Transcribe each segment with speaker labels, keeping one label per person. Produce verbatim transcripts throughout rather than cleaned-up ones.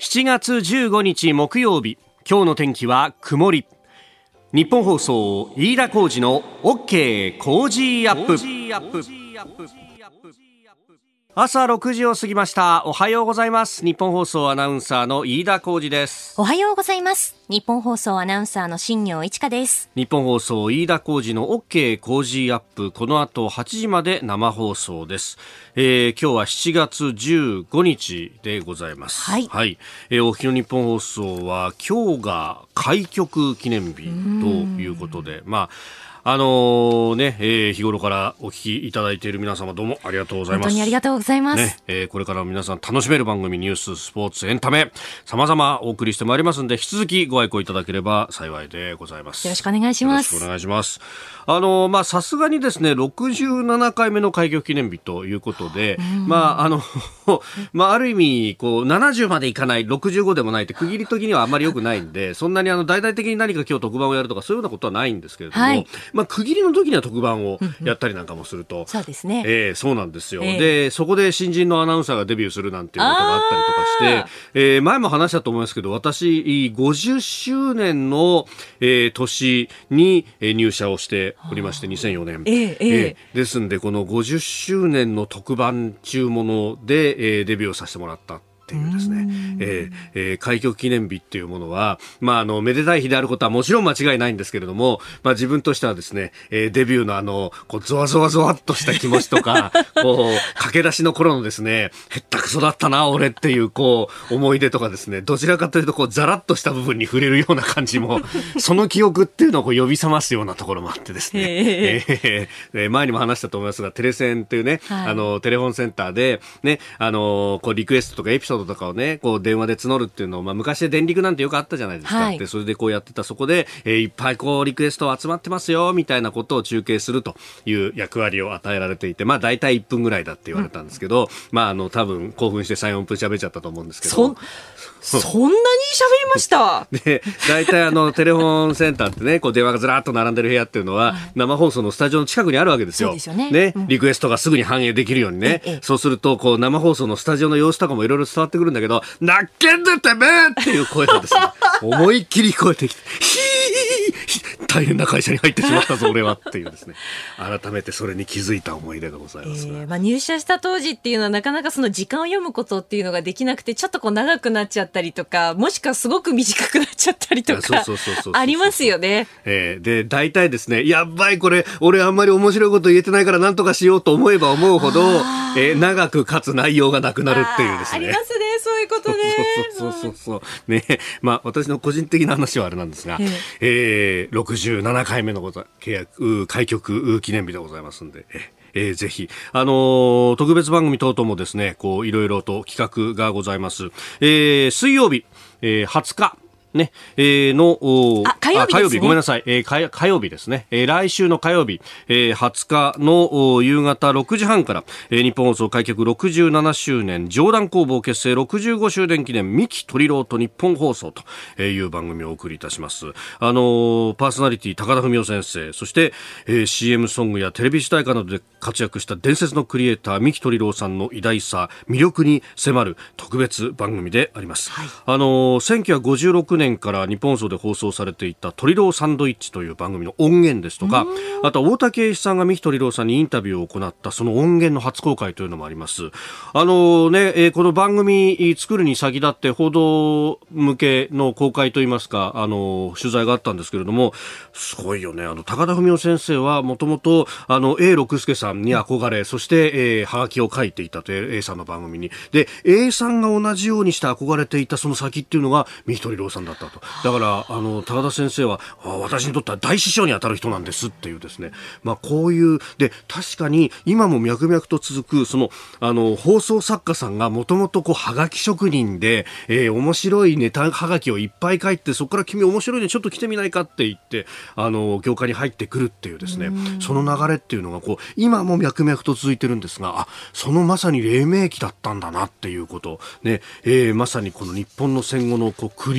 Speaker 1: しちがつじゅうごにち木曜日、今日の天気は曇り。日本放送飯田浩司の OK 工事アップ。朝ろくじを過ぎました。おはようございます。日本放送アナウンサーの飯田浩司です。
Speaker 2: おはようございます。日本放送アナウンサーの新業一華です。
Speaker 1: 日本放送飯田浩司の OK 工事アップ、この後はちじまで生放送です。えー、今日はしちがつじゅうごにちでございます。
Speaker 2: はい、
Speaker 1: はい。えー、お日の日本放送は今日が開局記念日ということで、まああのー、ね、えー、日頃からお聞きいただいている皆様どうもありがとうございます。
Speaker 2: 本当にありがとうございます。
Speaker 1: ね、えー、これから皆さん楽しめる番組、ニュース、スポーツ、エンタメ、様々お送りしてまいりますので、引き続きご愛顧いただければ幸いでございます。
Speaker 2: よろしくお願いします。
Speaker 1: よろしくお願いします。あのー、まあ、さすがにですね、ろくじゅうななかいめの開局記念日ということで、まあ、あの、まあ、ある意味、こう、ななじゅうまでいかない、ろくじゅうごでもないって区切り時にはあんまり良くないんで、そんなにあの、大々的に何か今日特番をやるとか、そういうようなことはないんですけれども、はい、まあ、区切りの時には特番をやったりなんかもすると、うんうん、
Speaker 2: そうですね。
Speaker 1: えー、そうなんですよ、
Speaker 2: えー。
Speaker 1: で、そこで新人のアナウンサーがデビューするなんていうことがあったりとかして、えー、前も話したと思いますけど、私、ごじゅっしゅうねんの、えー、年に入社をしておりまして、にせんよねん。
Speaker 2: えーえー
Speaker 1: えー、ですんで、このごじゅっしゅうねんの特番中もので、えー、デビューをさせてもらったっていうですね、えーえー、開局記念日っていうものは、まあ、あのめでたい日であることはもちろん間違いないんですけれども、まあ、自分としてはですね、えー、デビューのあのこうゾワゾワゾワっとした気持ちとかこう駆け出しの頃のですね、へったくそだったな俺っていうこう思い出とかですね、どちらかというとこうザラッとした部分に触れるような感じもその記憶っていうのをこう呼び覚ますようなところもあってですね、えー、前にも話したと思いますが、テレセンっていうね、はい、あのテレフォンセンターで、ね、あのこうリクエストとかエピソードとかをね、こう電話で募るっていうのを、まあ、昔で電力なんてよくあったじゃないですか、はい、でそれでこうやってた、そこで、えー、いっぱいこうリクエスト集まってますよみたいなことを中継するという役割を与えられていて、まあ大体いっぷんぐらいだって言われたんですけど、うん、まああの多分興奮して さん、よんぷん喋っちゃったと思うんですけど、
Speaker 2: そ, そんなに喋りました
Speaker 1: で大体あのテレフォンセンターってね、こう電話がずらっと並んでる部屋っていうのは、はい、生放送のスタジオの近くにあるわけですよ。
Speaker 2: そうですよね。
Speaker 1: ね、
Speaker 2: うん、
Speaker 1: リクエストがすぐに反映できるようにね、ええ、そうするとこう生放送のスタジオの様子とかもいろいろ伝わってくるんだけど、なっけんでてめえっていう声がですね思いっきり聞こえてきて、ヒー大変な会社に入ってしまったぞ俺はっていうですね、改めてそれに気づいた思い出がございます、
Speaker 2: えーまあ、入社した当時っていうのはなかなかその時間を読むことっていうのができなくて、ちょっとこう長くなっちゃったりとか、もしくはすごく短くなっちゃったりとかありますよね。
Speaker 1: えー、で大体ですね、やばいこれ俺あんまり面白いこと言えてないからなんとかしようと思えば思うほど、えー、長くかつ内容がなくなるっていうですね、
Speaker 2: あ, ありますね、そういうことね。
Speaker 1: そうそうそうそうね、まあ私の個人的な話はあれなんですが、えーえー、ろくじゅうななかいめの契約開局記念日でございますんで、えー、ぜひ、あのー、特別番組等々もですね、こういろいろと企画がございます。えー、水曜日、えー、はつかね、えー、の
Speaker 2: 火曜日ですね、
Speaker 1: 火曜日ごめんなさい、えー、火, 火曜日ですね、えー、来週の火曜日、えー、はつかの夕方ろくじはんから、えー、日本放送開局ろくじゅうななしゅうねん上段工房結成ろくじゅうごしゅうねん記念三木鳥郎と日本放送という番組をお送りいたします。あのー、パーソナリティ高田文夫先生、そして、えー、シーエム ソングやテレビ主題歌などで活躍した伝説のクリエイター三木鳥郎さんの偉大さ魅力に迫る特別番組であります、はい、あのー、せんきゅうひゃくごじゅうろくねんから日本放送で放送されていた鳥郎サンドイッチという番組の音源ですとか、あと大竹栄一さんが三木鳥郎さんにインタビューを行ったその音源の初公開というのもあります。あのね、えー、この番組作るに先立って報道向けの公開といいますか、あの取材があったんですけれども、すごいよね。あの高田文夫先生はもともとあの A 六輔さんに憧れ、そして、えー、はがきを書いていたという A さんの番組にで A さんが同じようにして憧れていたその先っていうのが三木鳥郎さんだったと。だからあの高田先生は私にとっては大師匠に当たる人なんですっていうですね、まあ、こういうで確かに今も脈々と続くそのあの放送作家さんがもともとはがき職人で、えー、面白いネタはがきをいっぱい書いて、そこから君面白いねちょっと来てみないかって言ってあの業界に入ってくるっていうですね、その流れっていうのがこう今も脈々と続いてるんですが、あそのまさに黎明期だったんだなっていうことね、えー、まさにこの日本の戦後のこうクリエイタ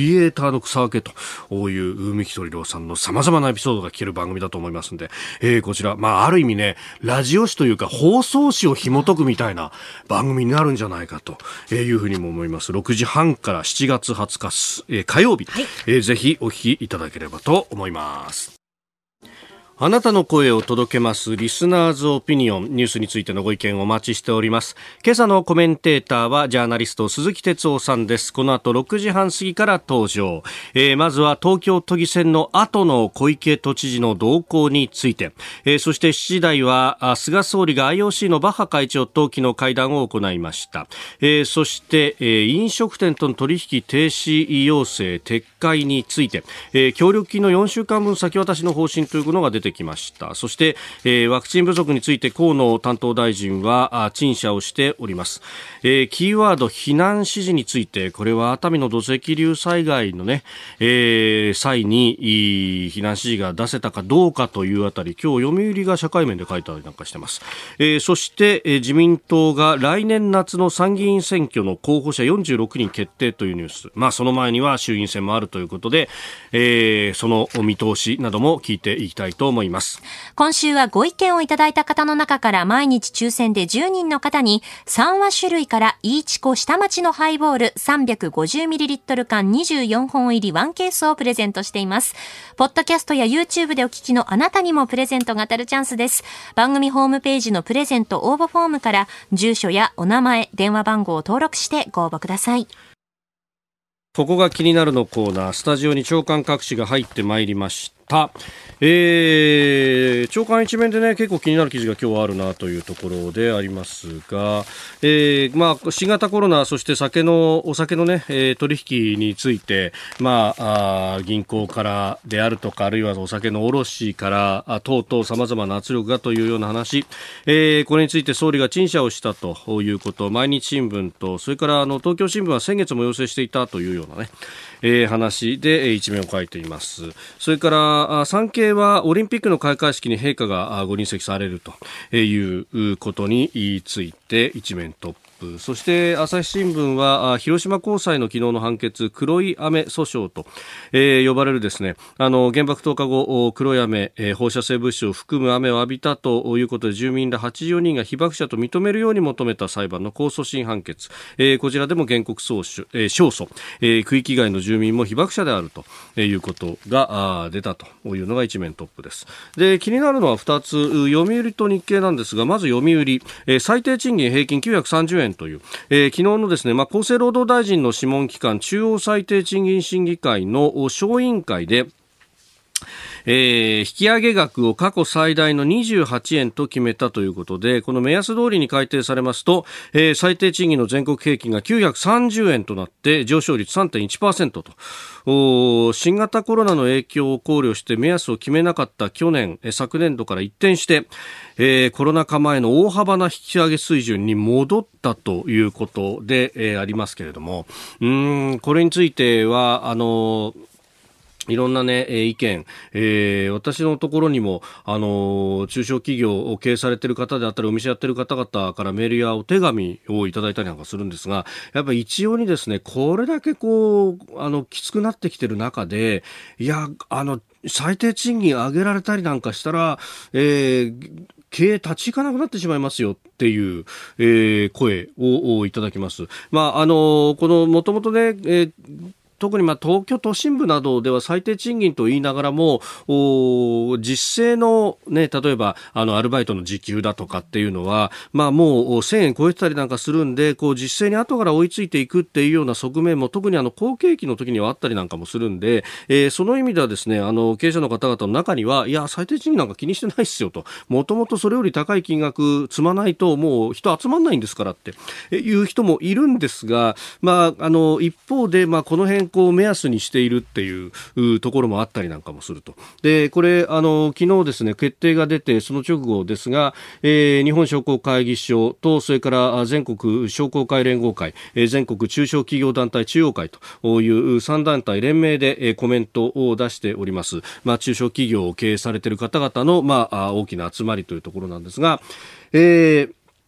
Speaker 1: ターの草分けという三木鳥郎さんの様々なエピソードが聞ける番組だと思いますので、えー、こちら、まあ、ある意味ね、ラジオ誌というか放送誌を紐解くみたいな番組になるんじゃないかというふうにも思います。ろくじはんからしちがつはつか、えー、火曜日、はい、えー、ぜひお聞きいただければと思います。あなたの声を届けますリスナーズオピニオン、ニュースについてのご意見をお待ちしております。今朝のコメンテーターはジャーナリスト鈴木哲夫さんです。この後ろくじはん過ぎから登場、えー、まずは東京都議選の後の小池都知事の動向について、えー、そしてしちじ台は菅総理が アイオーシー のバッハ会長と昨日会談を行いました。えー、そして、えー、飲食店との取引停止要請撤回について、えー、協力金のよんしゅうかんぶん先渡しの方針というのが出てきました。そして、えー、ワクチン不足について河野担当大臣は陳謝をしております。えー、キーワード避難指示について、これは熱海の土石流災害のね、えー、際に避難指示が出せたかどうかというあたり、今日読売が社会面で書いたりなんかしてます。えー、そして、えー、自民党が来年夏の参議院選挙の候補者よんじゅうろくにん決定というニュース、まあ、その前には衆院選もあるということで、えー、その見通しなども聞いていきたいと思います。
Speaker 3: 今週はご意見をいただいた方の中から毎日抽選でじゅうにんの方にさんわ種類からイーチコ下町のハイボール さんびゃくごじゅうミリリットル 缶にじゅうよんほん入りワンケースをプレゼントしています。ポッドキャストや YouTube でお聞きのあなたにもプレゼントが当たるチャンスです。番組ホームページのプレゼント応募フォームから住所やお名前、電話番号を登録してご応募ください。
Speaker 1: ここが気になるのコーナー、スタジオに長官各紙が入ってまいりました。えー、長官一面でね、結構気になる記事が今日はあるなというところでありますが、えー、まあ、新型コロナ、そして酒の、お酒のね、えー、取引について、まあ、あ銀行からであるとか、あるいはお酒の卸から、あ等々様々な圧力がというような話、えー、これについて総理が陳謝をしたということ、毎日新聞と、それからあの東京新聞は先月も要請していたというようなね、えー、話で、えー、一面を書いています。それから産経はオリンピックの開会式に陛下がご臨席されるということについて一面トップ。そして朝日新聞は広島高裁の昨日の判決、黒い雨訴訟と、えー、呼ばれるですね、あの原爆投下後黒い雨、えー、放射性物質を含む雨を浴びたということで住民らはちじゅうよにんが被爆者と認めるように求めた裁判の控訴審判決、えー、こちらでも原告訴訟、えー、勝訴、えー、区域外の住民も被爆者であるということが出たというのが一面トップです。で、気になるのはふたつ、読売と日経なんですが、まず読売、えー、最低賃金平均きゅうひゃくさんじゅうえんという、えー、昨日のですね、まあ、厚生労働大臣の諮問機関中央最低賃金審議会の小委員会で、えー、引き上げ額を過去最大のにじゅうはちえんと決めたということで、この目安通りに改定されますと、えー、最低賃金の全国平均がきゅうひゃくさんじゅうえんとなって上昇率 さんてんいちパーセント と、新型コロナの影響を考慮して目安を決めなかった去年、えー、昨年度から一転して、えー、コロナ禍前の大幅な引き上げ水準に戻ったということで、えー、ありますけれども、うーんこれについてはあのーいろんなね、えー、意見、えー、私のところにも、あのー、中小企業を経営されている方であったり、お店やってる方々からメールやお手紙をいただいたりなんかするんですが、やっぱり一様にですね、これだけこう、あの、きつくなってきてる中で、いや、あの、最低賃金上げられたりなんかしたら、えー、経営立ち行かなくなってしまいますよっていう、えー、声をいただきます。まあ、あのー、この、もともとね、えー特にまあ東京都心部などでは最低賃金と言いながらも実勢の、ね、例えばあのアルバイトの時給だとかっていうのは、まあ、もうせんえん超えてたりなんかするんでこう実勢に後から追いついていくっていうような側面も特にあの好景気の時にはあったりなんかもするんで、えー、その意味ではですねあの経営者の方々の中にはいや最低賃金なんか気にしてないっすよともともとそれより高い金額積まないともう人集まんないんですからっていう人もいるんですが、まあ、あの一方で、まあ、この辺こう目安にしているっていうところもあったりなんかもすると。でこれあの昨日ですね決定が出てその直後ですが、えー、日本商工会議所とそれから全国商工会連合会、えー、全国中小企業団体中央会というさん団体連名で、えー、コメントを出しております。まあ、中小企業を経営されている方々の、まあ、大きな集まりというところなんですが、えー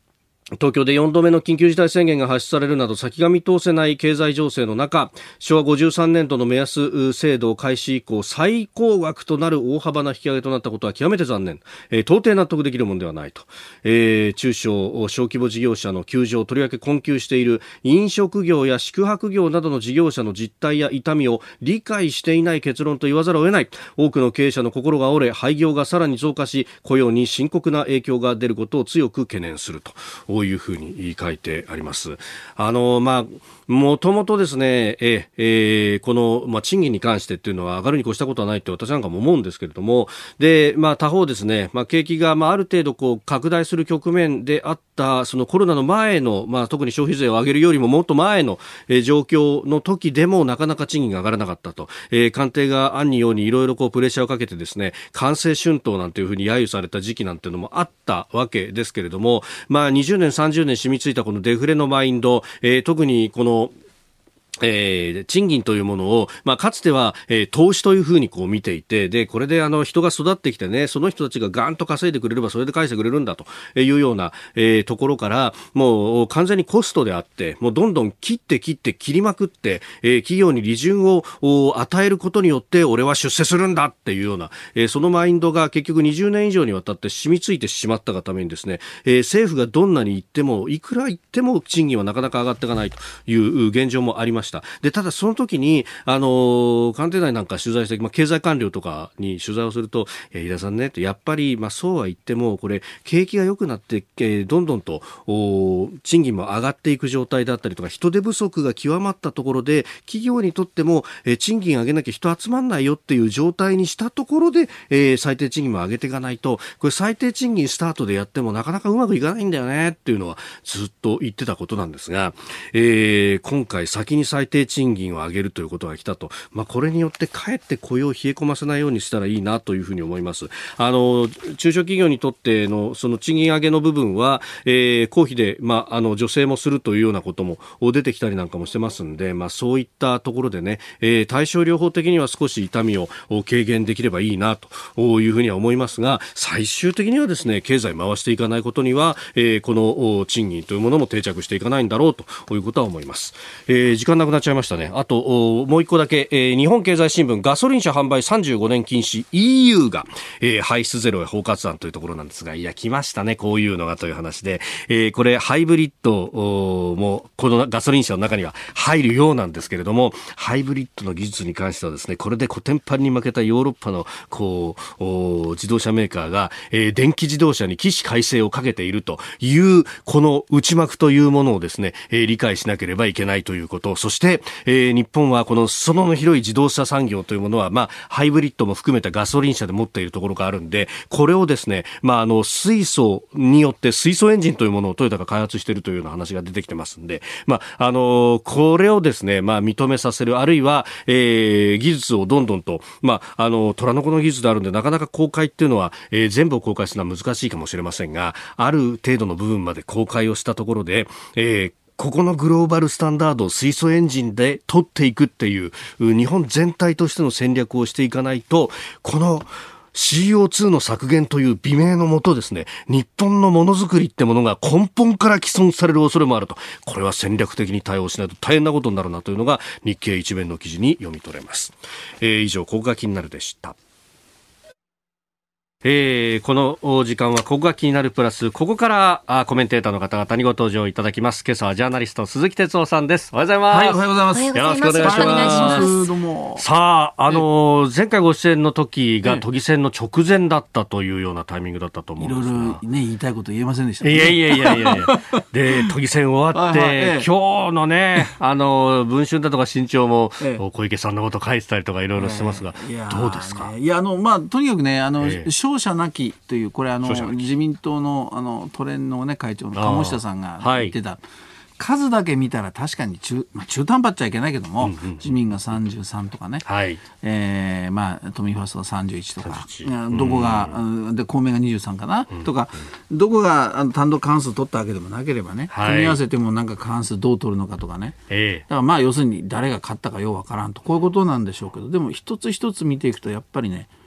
Speaker 1: 東京でよんどめの緊急事態宣言が発出されるなど先が見通せない経済情勢の中、しょわごじゅうさんねん度の目安制度開始以降最高額となる大幅な引き上げとなったことは極めて残念、えー、到底納得できるものではないと、えー、中小小規模事業者の窮状、とりわけ困窮している飲食業や宿泊業などの事業者の実態や痛みを理解していない結論と言わざるを得ない。多くの経営者の心が折れ、廃業がさらに増加し、雇用に深刻な影響が出ることを強く懸念すると、こういうふうに書いてあります。あの、まあ、もともとですね、ええー、この、まあ、賃金に関してっていうのは上がるに越したことはないって私なんかも思うんですけれども、で、まあ、他方ですね、まあ、景気が、まあ、ある程度こう拡大する局面であった、そのコロナの前の、まあ、特に消費税を上げるよりももっと前の、えー、状況の時でもなかなか賃金が上がらなかったと、えー、官邸が暗にようにいろいろこうプレッシャーをかけてですね、官製春闘なんていうふうに揶揄された時期なんていうのもあったわけですけれども、まあ、にじゅうねんさんじゅうねん染みついたこのデフレのマインド、えー、特にこのえー、賃金というものを、まあ、かつては、えー、投資というふうにこう見ていて、で、これであの人が育ってきてね、その人たちがガーンと稼いでくれればそれで返してくれるんだというような、えー、ところから、もう完全にコストであって、もうどんどん切って切って切りまくって、えー、企業に利潤を与えることによって俺は出世するんだっていうような、えー、そのマインドが結局にじゅうねん以上にわたって染みついてしまったがためにですね、えー、政府がどんなに言っても、いくら言っても賃金はなかなか上がっていかないという現状もありました。で、ただその時に、あの、官邸内なんか取材して、まあ、経済官僚とかに取材をすると、いや、飯田さんね、やっぱり、まあ、そうは言っても、これ、景気が良くなって、えー、どんどんと、賃金も上がっていく状態だったりとか、人手不足が極まったところで、企業にとっても、えー、賃金上げなきゃ人集まんないよっていう状態にしたところで、えー、最低賃金も上げていかないと、これ最低賃金スタートでやってもなかなかうまくいかないんだよねっていうのはずっと言ってたことなんですが、えー、今回先に最低賃金を上げるということが来たと、まあ、これによってかえって雇用を冷え込ませないようにしたらいいなというふうに思います。あの中小企業にとってのその賃金上げの部分は、えー、公費で、まあ、あの助成もするというようなことも出てきたりなんかもしてますんで、まあ、そういったところでね、えー、対症療法的には少し痛みを軽減できればいいなというふうには思いますが、最終的にはですね、経済回していかないことには、えー、この賃金というものも定着していかないんだろうということは思います。えー、時間なくなっちゃいましたね。あともう一個だけ、えー、日本経済新聞ガソリン車販売さんじゅうごねん禁止 イーユー が、えー、排出ゼロへ包括案というところなんですが、いや来ましたね、こういうのがという話で、えー、これハイブリッドもこのガソリン車の中には入るようなんですけれども、ハイブリッドの技術に関してはですね、これでコテンパンに負けたヨーロッパのこう自動車メーカーが、えー、電気自動車に起死回生をかけているというこの内幕というものをですね、えー、理解しなければいけないということ、そして、えー、日本はこの裾野の広い自動車産業というものは、まあ、ハイブリッドも含めたガソリン車で持っているところがあるんで、これをですね、まあ、あの水素によって水素エンジンというものをトヨタが開発しているというような話が出てきてますんで、まあ、あのこれをですね、まあ、認めさせる、あるいは、えー、技術をどんどんと、まあ、あの虎の子の技術であるんでなかなか公開っていうのは、えー、全部を公開するのは難しいかもしれませんが、ある程度の部分まで公開をしたところで、えーここのグローバルスタンダードを水素エンジンで取っていくっていう日本全体としての戦略をしていかないと、この シーオーツー の削減という美名のもとですね、日本のものづくりってものが根本から毀損される恐れもあると、これは戦略的に対応しないと大変なことになるなというのが日経一面の記事に読み取れます。えー、以上、ここが気になるでした。えー、この時間はここが気になるプラス、ここからあコメンテーターの方々にご登場いただきます。今朝はジャーナリスト鈴木哲夫さんです。おはようございます。
Speaker 4: はい、おはようございます。
Speaker 1: よろしくお願いします。どうも。さあ、あのー、前回ご出演の時が都議選の直前だったというようなタイミングだったと思うんですが、いろいろね、
Speaker 4: 言いたいこと言えませんでしたね。
Speaker 1: いやいやいやいやいやで、都議選終わって、はいはい、今日のね、あの文春だとか新潮も、ええ、小池さんのこと書いてたりとかいろいろしてますが、ええ、どうですか。
Speaker 4: いや、あの、まあ、とにかくね、あの、ええ、勝者なきという、これあの自民党 の, あの都連の、ね、会長の鴨下さんが言ってた、はい、数だけ見たら確かに 中,、まあ、中途半端っちゃいけないけども、うんうんうん、自民がさんじゅうさんとかね、はいえーまあ、都民ファーストがさんじゅういちとか、どこが、うん、で公明がにじゅうさんかな、うん、とか、どこがあの単独過半数取ったわけでもなければね、はい、組み合わせてもなんか過半数どう取るのかとかね、えー、だからまあ要するに誰が勝ったかようわからんと、こういうことなんでしょうけど、でも一つ一つ見ていくとやっぱりね、はっ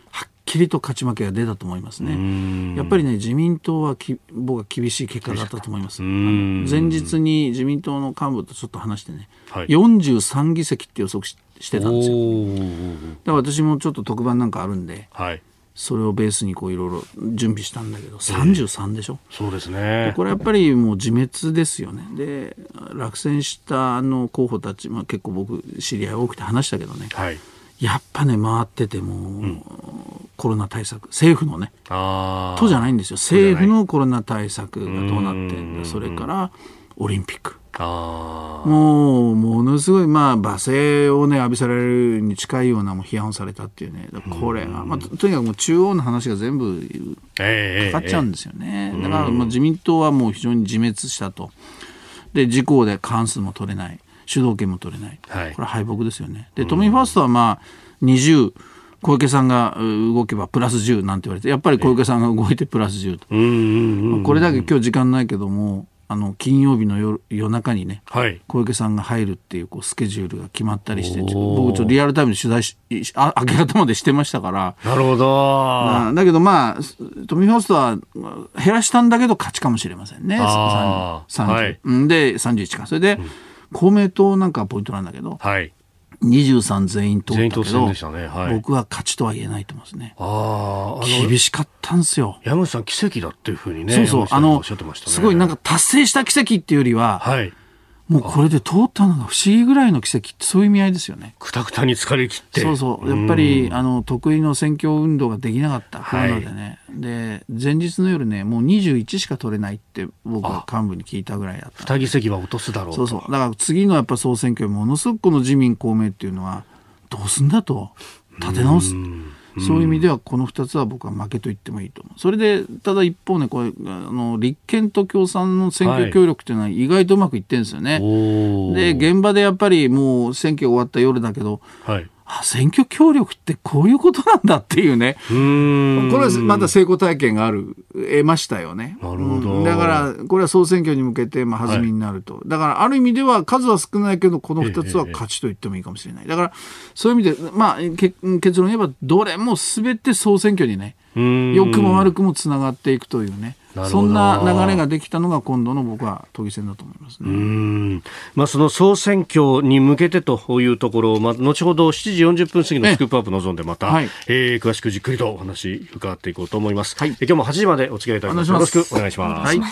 Speaker 4: きりと勝ち負けが出たと思いますね。やっぱりね自民党はき僕は厳しい結果だったと思います。あの前日に自民党の幹部とちょっと話してね、はい、よんじゅうさんぎせきって予測 し, してたんですよ。だから私もちょっと特番なんかあるんで、はい、それをベースにこういろいろ準備したんだけどさんじゅうさんでしょ、
Speaker 1: えー、そうですね。
Speaker 4: これやっぱりもう自滅ですよね。で落選したあの候補たち、まあ、結構僕知り合い多くて話したけどね、はい、やっぱね回ってても、うん、コロナ対策政府のねあとじゃないんですよ。政府のコロナ対策がどうなってんだ。それからオリンピックあもうものすごいまあ罵声をね浴びせられるに近いようなもう批判をされたっていうね。これが、まあ、と, とにかくもう中央の話が全部かかっちゃうんですよね、えーえー、だからまあ自民党はもう非常に自滅したと。で自公で過半数も取れない、主導権も取れない、はい、これは敗北ですよね。で都民ファーストはまあにじゅう小池さんが動けばプラスじゅうなんて言われて、やっぱり小池さんが動いてプラスじゅうと、えー、これだけ今日時間ないけどもあの金曜日の 夜, 夜中にね、はい、小池さんが入るっていう、こうスケジュールが決まったりして、僕ちょっとリアルタイムで取材しあ明け方までしてましたから。
Speaker 1: なるほど。
Speaker 4: だけどまあ都民ファーストは減らしたんだけど勝ちかもしれませんね。あさんじゅう、はい、でさんじゅういちか。それで、うん、公明党なんかはポイントなんだけど、はい、にじゅうさん全員通ったけど、全員通ね、はい、僕は勝ちとは言えないと思いますね。ああ厳しかったんですよ。
Speaker 1: 山口さん奇跡だっていうふうにね。
Speaker 4: そうそう、あのおっしゃってましたね。すごいなんか達成した奇跡っていうよりは、はい、もうこれで通ったのが不思議ぐらいの奇跡ってそういう意味合いですよね。
Speaker 1: くたくたに疲れ切って。
Speaker 4: そうそう、やっぱりあの得意の選挙運動ができなかったコロナでね、はい、で前日の夜ねもうにじゅういちしか取れないって僕は幹部に聞いたぐらいだった。
Speaker 1: に議席は落とすだろうと。
Speaker 4: そうそう、だから次のやっぱ総選挙ものすごくこの自民公明っていうのはどうすんだと立て直す。そういう意味ではこのふたつは僕は負けと言ってもいいと思う。それでただ一方ねこれあの立憲と共産の選挙協力というのは意外とうまくいってるんですよね、はい、で現場でやっぱりもう選挙終わった夜だけど、はい、あ選挙協力ってこういうことなんだっていうね。うーんこれはまた成功体験がある得ましたよね。
Speaker 1: なるほど、
Speaker 4: うん、だからこれは総選挙に向けてまあ弾みになると、はい、だからある意味では数は少ないけどこのふたつは勝ちと言ってもいいかもしれない。だからそういう意味で、まあ、け結論言えばどれも全て総選挙にね良くも悪くもつながっていくというね、そんな流れができたのが今度の僕は都議選だと思いますね。
Speaker 1: うーん、まあ、その総選挙に向けてというところを、まあ、後ほどしちじよんじゅっぷん過ぎのスクープアップ望んでまた、はい、えー、詳しくじっくりとお話伺っていこうと思います、はい、今日もはちじまでお付き合いいただきます。よろしくお願いします。はい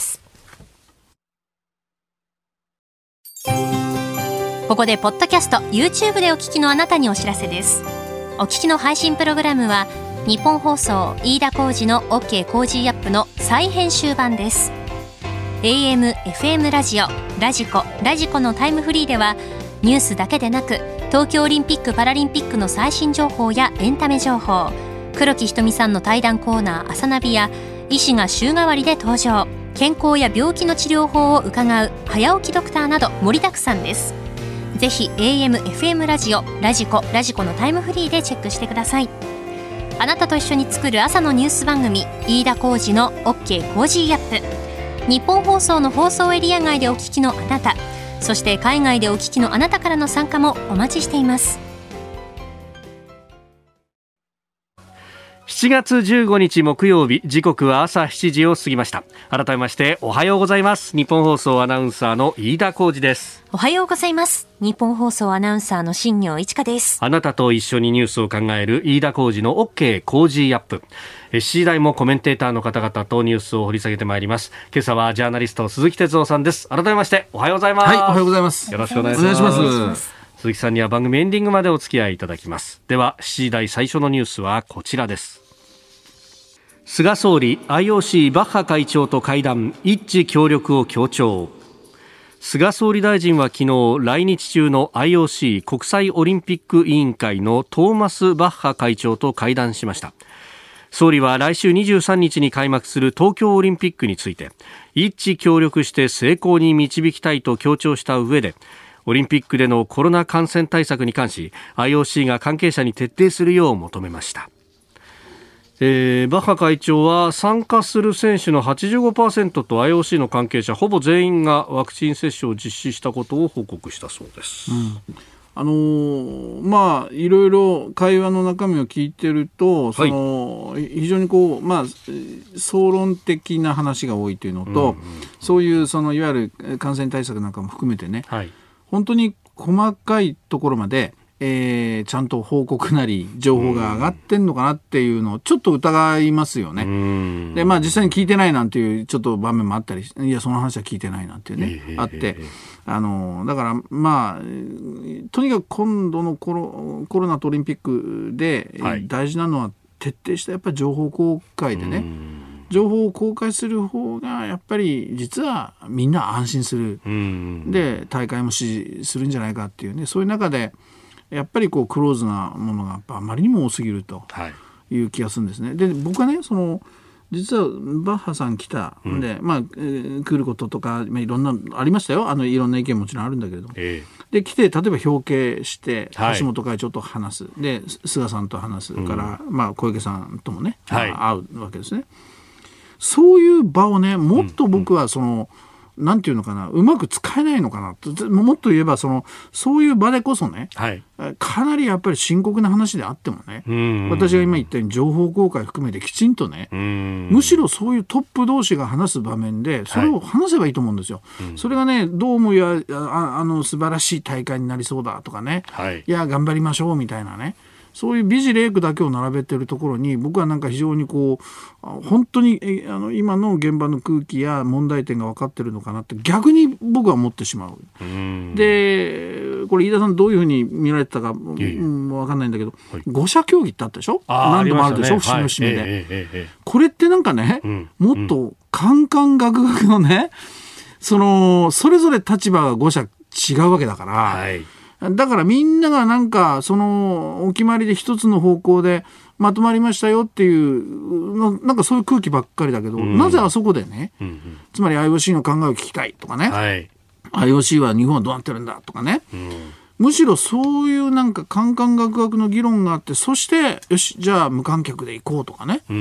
Speaker 3: ここでポッドキャスト YouTube でお聞きのあなたにお知らせです。お聞きの配信プログラムは日本放送飯田浩司の OK コージーアップの再編集版です。 エーエム、エフエム ラジオ、ラジコ、ラジコのタイムフリーではニュースだけでなく東京オリンピック・パラリンピックの最新情報やエンタメ情報、黒木ひとみさんの対談コーナー朝ナビや医師が週替わりで登場、健康や病気の治療法を伺う早起きドクターなど盛りだくさんです。ぜひ エーエム、エフエム ラジオ、ラジコ、ラジコのタイムフリーでチェックしてください。あなたと一緒に作る朝のニュース番組飯田浩司の OK コージーアップ。日本放送の放送エリア外でお聞きのあなた、そして海外でお聞きのあなたからの参加もお待ちしています。
Speaker 1: しちがつじゅうごにち木曜日、時刻は朝しちじを過ぎました。改めましておはようございます。日本放送アナウンサーの飯田浩司です。
Speaker 3: おはようございます。日本放送アナウンサーの新業一華です。
Speaker 1: あなたと一緒にニュースを考える飯田浩司の OK コージーアップ。しちじ台もコメンテーターの方々とニュースを掘り下げてまいります。今朝はジャーナリスト鈴木哲夫さんです。改めましておはようございます。
Speaker 4: はい、おはようございます。
Speaker 1: よろしくお願いします。お願いします。鈴木さんには番組エンディングまでお付き合いいただきます。ではしちじ台最初のニュースはこちらです。菅総理 アイオーシー バッハ会長と会談、一致協力を強調。菅総理大臣は昨日来日中の アイオーシー 国際オリンピック委員会のトーマス・バッハ会長と会談しました。総理は来週にじゅうさんにちに開幕する東京オリンピックについて一致協力して成功に導きたいと強調した上で、オリンピックでのコロナ感染対策に関し アイオーシー が関係者に徹底するよう求めました。えー、バッハ会長は参加する選手の はちじゅうごパーセント と アイオーシー の関係者ほぼ全員がワクチン接種を実施したことを報告したそうです。
Speaker 4: うん、 あのー、まあいろいろ会話の中身を聞いてると、その、はい、非常にこう、まあ、総論的な話が多いというのと、うんうんうん、そういうそのいわゆる感染対策なんかも含めてね、はい、本当に細かいところまで、えー、ちゃんと報告なり情報が上がってんのかなっていうのをちょっと疑いますよね。うんで、まあ、実際に聞いてないなんていうちょっと場面もあったり、いやその話は聞いてないなんていうね、えー、あって、あのだからまあとにかく今度のコロ、コロナとオリンピックで大事なのは徹底したやっぱり情報公開でね、情報を公開する方がやっぱり実はみんな安心する、で大会も支持するんじゃないかっていうね、そういう中でやっぱりこうクローズなものがやっぱあまりにも多すぎるという気がするんですね。で僕はね、その実はバッハさん来たんで、うんまあ、来ることとか、まあ、いろんなありましたよ。あのいろんな意見もちろんあるんだけれども、えー、で来て例えば表敬して橋本会長と話す、はい、で菅さんと話すから、うんまあ、小池さんともね、はい、会うわけですね。そういう場をね、もっと僕はその、うんなんていうのかな、うまく使えないのかなと。もっと言えばそのそういう場でこそね、はい、かなりやっぱり深刻な話であってもね、うん私が今言ったように情報公開含めてきちんとね、うんむしろそういうトップ同士が話す場面でそれを話せばいいと思うんですよ、はい、それがねどうもいや あ, あの素晴らしい大会になりそうだとかね、はい、いや頑張りましょうみたいなね、そういう美辞麗句だけを並べてるところに僕はなんか非常にこう本当にあの今の現場の空気や問題点が分かってるのかなって逆に僕は思ってしまう。うんでこれ飯田さんどういうふうに見られてたかも分かんないんだけど、はい、ご者協議ってあったでしょ。何度もあるでしょ、節目節目で、はいえーえーえー、これってなんかね、うん、もっとカンカンガクガクのね、そのそれぞれ立場がご社違うわけだから、はいだからみんながなんかそのお決まりで一つの方向でまとまりましたよっていうのなんかそういう空気ばっかりだけど、うん、なぜあそこでね、うんうん、つまり アイオーシー の考えを聞きたいとかね、はい、アイオーシー は日本はどうなってるんだとかね、うん、むしろそういうなんかカンカンガクガクの議論があって、そしてよしじゃあ無観客で行こうとかね、うん、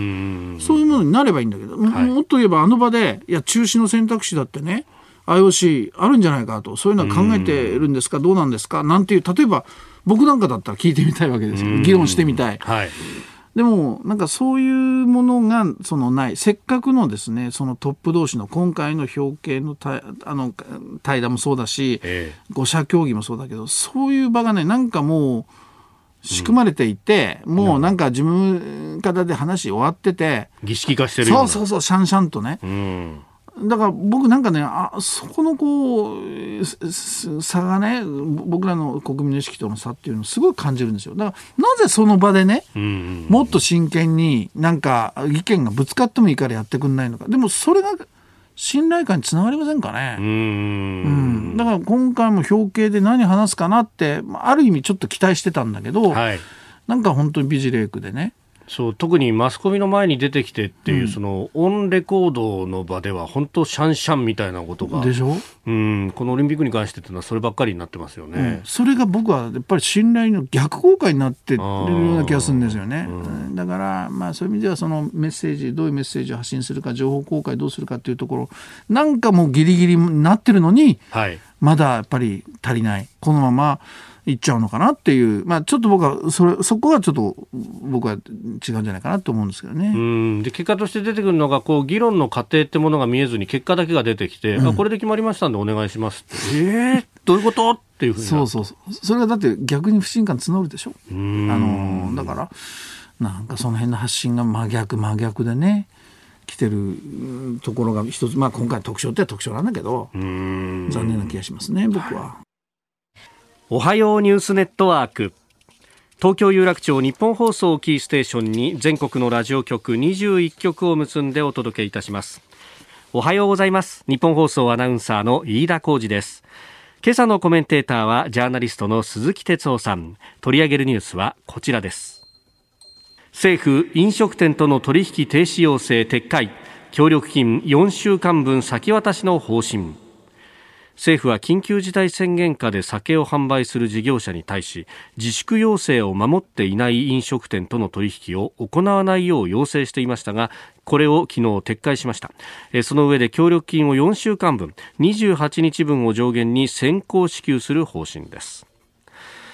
Speaker 4: そういうものになればいいんだけど、はい、もっと言えばあの場でいや中止の選択肢だってねアイオーシー あるんじゃないかと、そういうのは考えてるんですか、どうなんですかなんていう、例えば僕なんかだったら聞いてみたいわけですよ、議論してみたい、はい、でもなんかそういうものがそのない、せっかくのですねそのトップ同士の今回の表敬のたあの対談もそうだし、ええ、ご者協議もそうだけど、そういう場がねなんかもう仕組まれていて、うん、もうなんか自分方で話終わってて
Speaker 1: 儀式化してるような、
Speaker 4: そうそうそうシャンシャンとね、うんだから僕なんかねあそこのこう差がね僕らの国民の意識との差っていうのをすごい感じるんですよ。だからなぜその場でね、うんうんうん、もっと真剣になんか意見がぶつかってもいいからやってくんないのか。でもそれが信頼感につながりませんかね。うん、うん、だから今回も表敬で何話すかなってある意味ちょっと期待してたんだけど、はい、なんか本当に美辞麗句でね、
Speaker 1: そう特にマスコミの前に出てきてっていう、うん、そのオンレコードの場では本当シャンシャンみたいなことが
Speaker 4: でしょ、
Speaker 1: うん、このオリンピックに関してっていうのはそればっかりになってますよね、うん、
Speaker 4: それが僕はやっぱり信頼の逆効果になってるような気がするんですよね、うん、だから、まあ、そういう意味ではそのメッセージどういうメッセージを発信するか情報公開どうするかっていうところなんかもうギリギリになってるのに、はい、まだやっぱり足りない、このままいっちゃうのかなっていう、まあ、ちょっと僕はそれそこがちょっと僕は違うんじゃないかなと思うんですけどね。
Speaker 1: うんで結果として出てくるのがこう議論の過程ってものが見えずに結果だけが出てきて、うん、あこれで決まりましたんでお願いしますって、えー、どういうことっていうふうに
Speaker 4: そうそうそうそれがだって逆に不信感募るでしょ。うんあのだからなんかその辺の発信が真逆真逆でね来てるところが一つ、まあ、今回特徴って特徴なんだけどうん残念な気がしますね僕は、はい
Speaker 1: おはようニュースネットワーク東京有楽町日本放送キーステーションに全国のラジオ局にじゅういっきょくを結んでお届けいたします。おはようございます。日本放送アナウンサーの飯田浩司です。今朝のコメンテーターはジャーナリストの鈴木哲夫さん。取り上げるニュースはこちらです。政府飲食店との取引停止要請撤回、協力金よんしゅうかんぶん先渡しの方針。政府は緊急事態宣言下で酒を販売する事業者に対し自粛要請を守っていない飲食店との取引を行わないよう要請していましたがこれを昨日撤回しました。その上で協力金をよんしゅうかんぶんにじゅうはちにちぶんを上限に先行支給する方針です。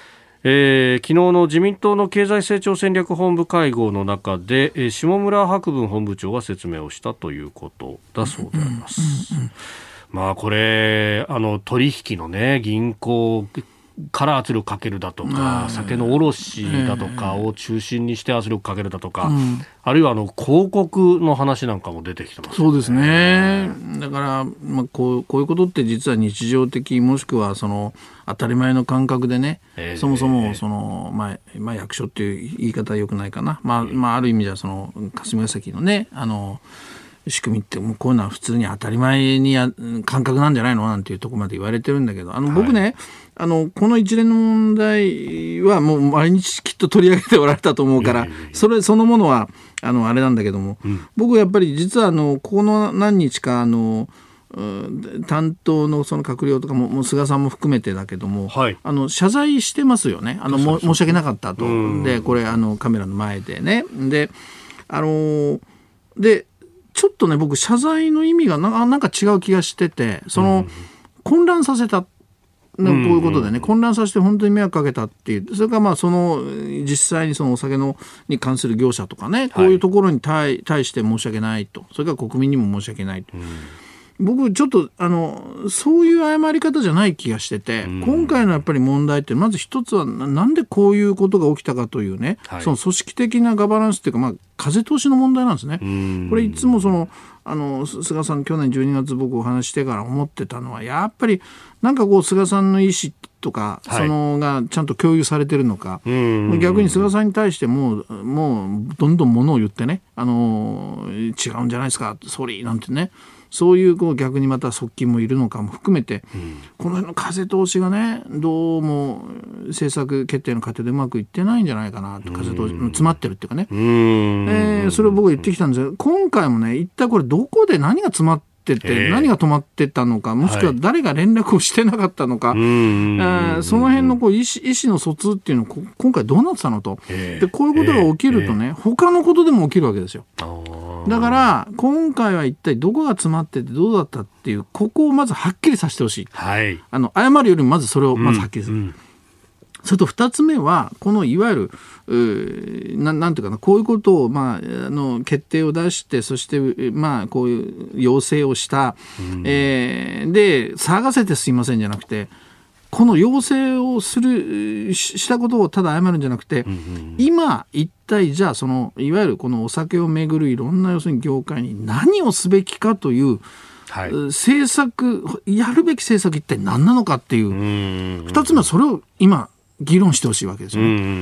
Speaker 1: えー、昨日の自民党の経済成長戦略本部会合の中で、えー、下村博文本部長が説明をしたということだそうであります。うんうんうん、まあこれあの取引のね銀行から圧力かけるだとか、酒の卸だとかを中心にして圧力かけるだとか、うん、あるいはあの広告の話なんかも出てきてますよね。
Speaker 4: そうですね。だから、まあ、こう、こういうことって実は日常的もしくはその当たり前の感覚でね、えー、そもそもその、まあまあ、役所っていう言い方は良くないかな、まあまあ、ある意味ではその霞が関のねあの仕組みってもうこういうのは普通に当たり前にや感覚なんじゃないのなんていうところまで言われてるんだけど、あの僕ね、はい、あのこの一連の問題はもう毎日きっと取り上げておられたと思うから、それそのものはあのあれなんだけども、うん、僕やっぱり実はあのここの何日かあの担当のその閣僚とかも、もう菅さんも含めてだけども、はい、あの謝罪してますよね。あのも申し訳なかったと。でこれあのカメラの前でね、であのでちょっとね僕謝罪の意味がな、なんか違う気がしてて、その、うん、混乱させた、こういうことでね、うん、混乱させて本当に迷惑かけたっていう、それからまあその実際にそのお酒のに関する業者とかね、こういうところに 対, 対して申し訳ないと、それから国民にも申し訳ないと、うん、僕ちょっとあのそういう謝り方じゃない気がしてて、うん、今回のやっぱり問題ってまず一つはなんでこういうことが起きたかというね、はい、その組織的なガバナンスっていうか、まあ、風通しの問題なんですね。うん、これいつもそのあの菅さん去年じゅうにがつ僕お話してから思ってたのは、やっぱりなんかこう菅さんの意思とか、はい、そのがちゃんと共有されてるのか、うん逆に菅さんに対してもう、もうどんどん物を言ってね、あの違うんじゃないですかソリーなんてね、そういう、こう逆にまた側近もいるのかも含めて、うん、この辺の風通しがねどうも政策決定の過程でうまくいってないんじゃないかなと、風通し詰まってるっていうかね、うんえー、それを僕は言ってきたんですが、今回もね一体これどこで何が詰まってて、何が止まってたのか、もしくは誰が連絡をしてなかったのか、はいえー、その辺のこう意思、意思の疎通っていうのを今回どうなってたのと、でこういうことが起きるとね、他のことでも起きるわけですよ。だから今回は一体どこが詰まっててどうだったっていう、ここをまずはっきりさせてほしい、はい、あの謝るよりもまずそれをまずはっきりする、うんうんそれと二つ目はこのいわゆるな、なんていうかな、こういうことを、まあ、あの決定を出して、そして、まあ、こういう要請をした、うんえー、で騒がせてすいませんじゃなくて、この要請をする し, したことをただ謝るんじゃなくて、うんうん、今一体じゃあそのいわゆるこのお酒をめぐるいろんな要するに業界に何をすべきかというはい、政策やるべき政策一体何なのかっていう、うんうん、二つ目はそれを今議論してほしいわけですよね、うんうん、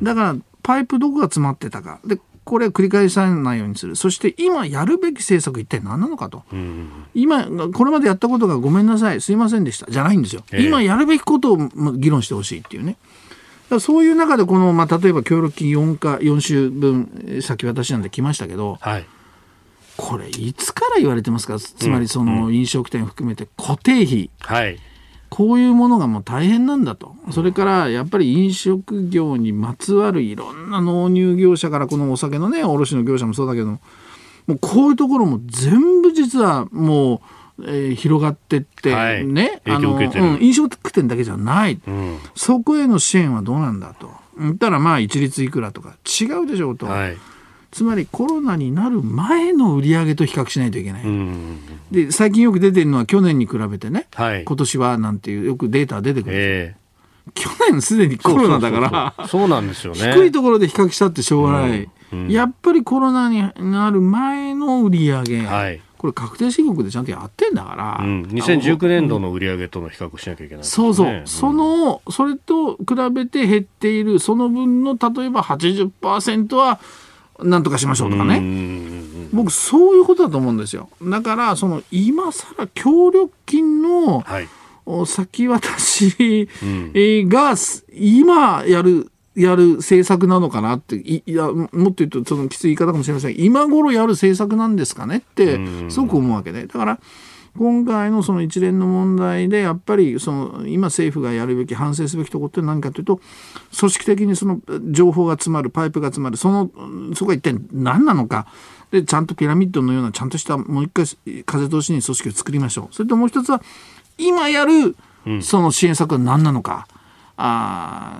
Speaker 4: だからパイプどこが詰まってたかで、これを繰り返さないようにする、そして今やるべき政策一体何なのかと、うん、今これまでやったことがごめんなさいすいませんでしたじゃないんですよ、えー、今やるべきことを議論してほしいっていうね。だからそういう中でこの、まあ、例えば協力金よんかよん週分先渡しなんで来ましたけど、はい、これいつから言われてますか。つまりその飲食店含めて固定費、うんはいこういうものがもう大変なんだと。それからやっぱり飲食業にまつわるいろんな納入業者からこのお酒のね卸の業者もそうだけども、もうこういうところも全部実はもう、えー、広がってって、はい、ねあの、うん、飲食店だけじゃない、うん、そこへの支援はどうなんだと言ったら、まあ一律いくらとか違うでしょうと、はいつまりコロナになる前の売り上げと比較しないといけない、うん、で最近よく出てるのは去年に比べてね、はい、今年はなんていうよくデータ出てくるんですよ、えー、去年すでにコロナだから
Speaker 1: そうなんですよね。
Speaker 4: 低いところで比較したってしょうがない、うんうん、やっぱりコロナになる前の売り上げ、はい、これ確定申告でちゃんとやってんだから、うん、
Speaker 1: にせんじゅうきゅうねんどの売り上げとの比較しなきゃいけない、ね、
Speaker 4: そうそう、うん、そのそれと比べて減っているその分の例えば はちじゅっパーセント はなんとかしましょうとかね、僕そういうことだと思うんですよ。だからその今更協力金の先渡しが今やるやる政策なのかなって、いやもっと言うとそのきつい言い方かもしれませんが、今頃やる政策なんですかねってすごく思うわけで、だから今回のその一連の問題でやっぱりその今政府がやるべき反省すべきところって何かというと、組織的にその情報が詰まるパイプが詰まる、そのそこが一体何なのかで、ちゃんとピラミッドのようなちゃんとしたもう一回風通しに組織を作りましょう。それともう一つは今やるその支援策は何なのか、うん、あ